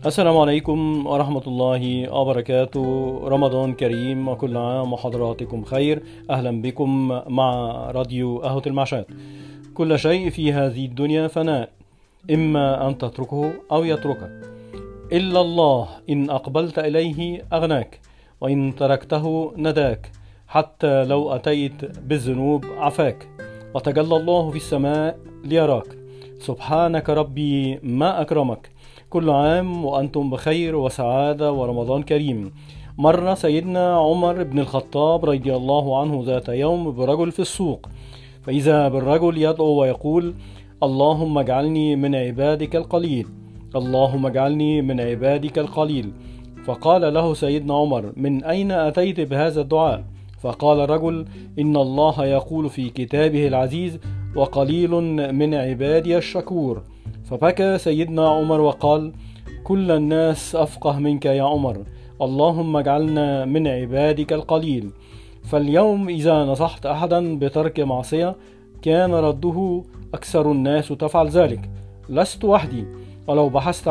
السلام عليكم ورحمة الله وبركاته. رمضان كريم وكل عام وحضراتكم خير. أهلا بكم مع راديو قهوة المعشات. كل شيء في هذه الدنيا فناء، إما أن تتركه أو يتركك، إلا الله إن أقبلت إليه أغناك، وإن تركته نداك، حتى لو أتيت بالذنوب عفاك، وتجلى الله في السماء ليراك. سبحانك ربي ما أكرمك. كل عام وأنتم بخير وسعادة ورمضان كريم. مر سيدنا عمر بن الخطاب رضي الله عنه ذات يوم برجل في السوق، فإذا بالرجل يدعو ويقول: اللهم اجعلني من عبادك القليل، اللهم اجعلني من عبادك القليل. فقال له سيدنا عمر: من أين أتيت بهذا الدعاء؟ فقال الرجل: إن الله يقول في كتابه العزيز: وقليل من عبادي الشكور. فبكى سيدنا عمر وقال: كل الناس أفقه منك يا عمر، اللهم اجعلنا من عبادك القليل. فاليوم إذا نصحت أحدا بترك معصية كان رده: أكثر الناس تفعل ذلك، لست وحدي. ولو بحثت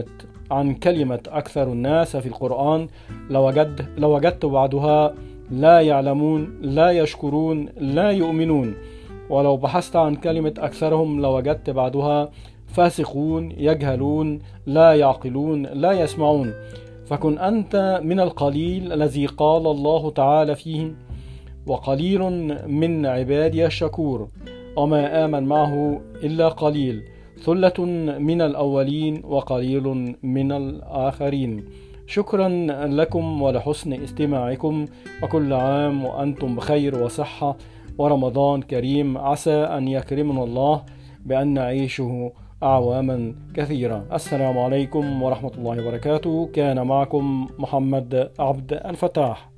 عن كلمة أكثر الناس في القرآن لوجدت بعدها لا يعلمون، لا يشكرون، لا يؤمنون. ولو بحثت عن كلمة أكثرهم لوجدت بعدها فاسقون، يجهلون، لا يعقلون، لا يسمعون. فكن أنت من القليل الذي قال الله تعالى فيه: وقليل من عبادي الشكور، وما آمن معه إلا قليل، ثلة من الأولين وقليل من الآخرين. شكرا لكم ولحسن استماعكم، وكل عام وأنتم بخير وصحة ورمضان كريم. عسى أن يكرمنا الله بأن نعيشه أعواما كثيرة. السلام عليكم ورحمة الله وبركاته. كان معكم محمد عبد الفتاح.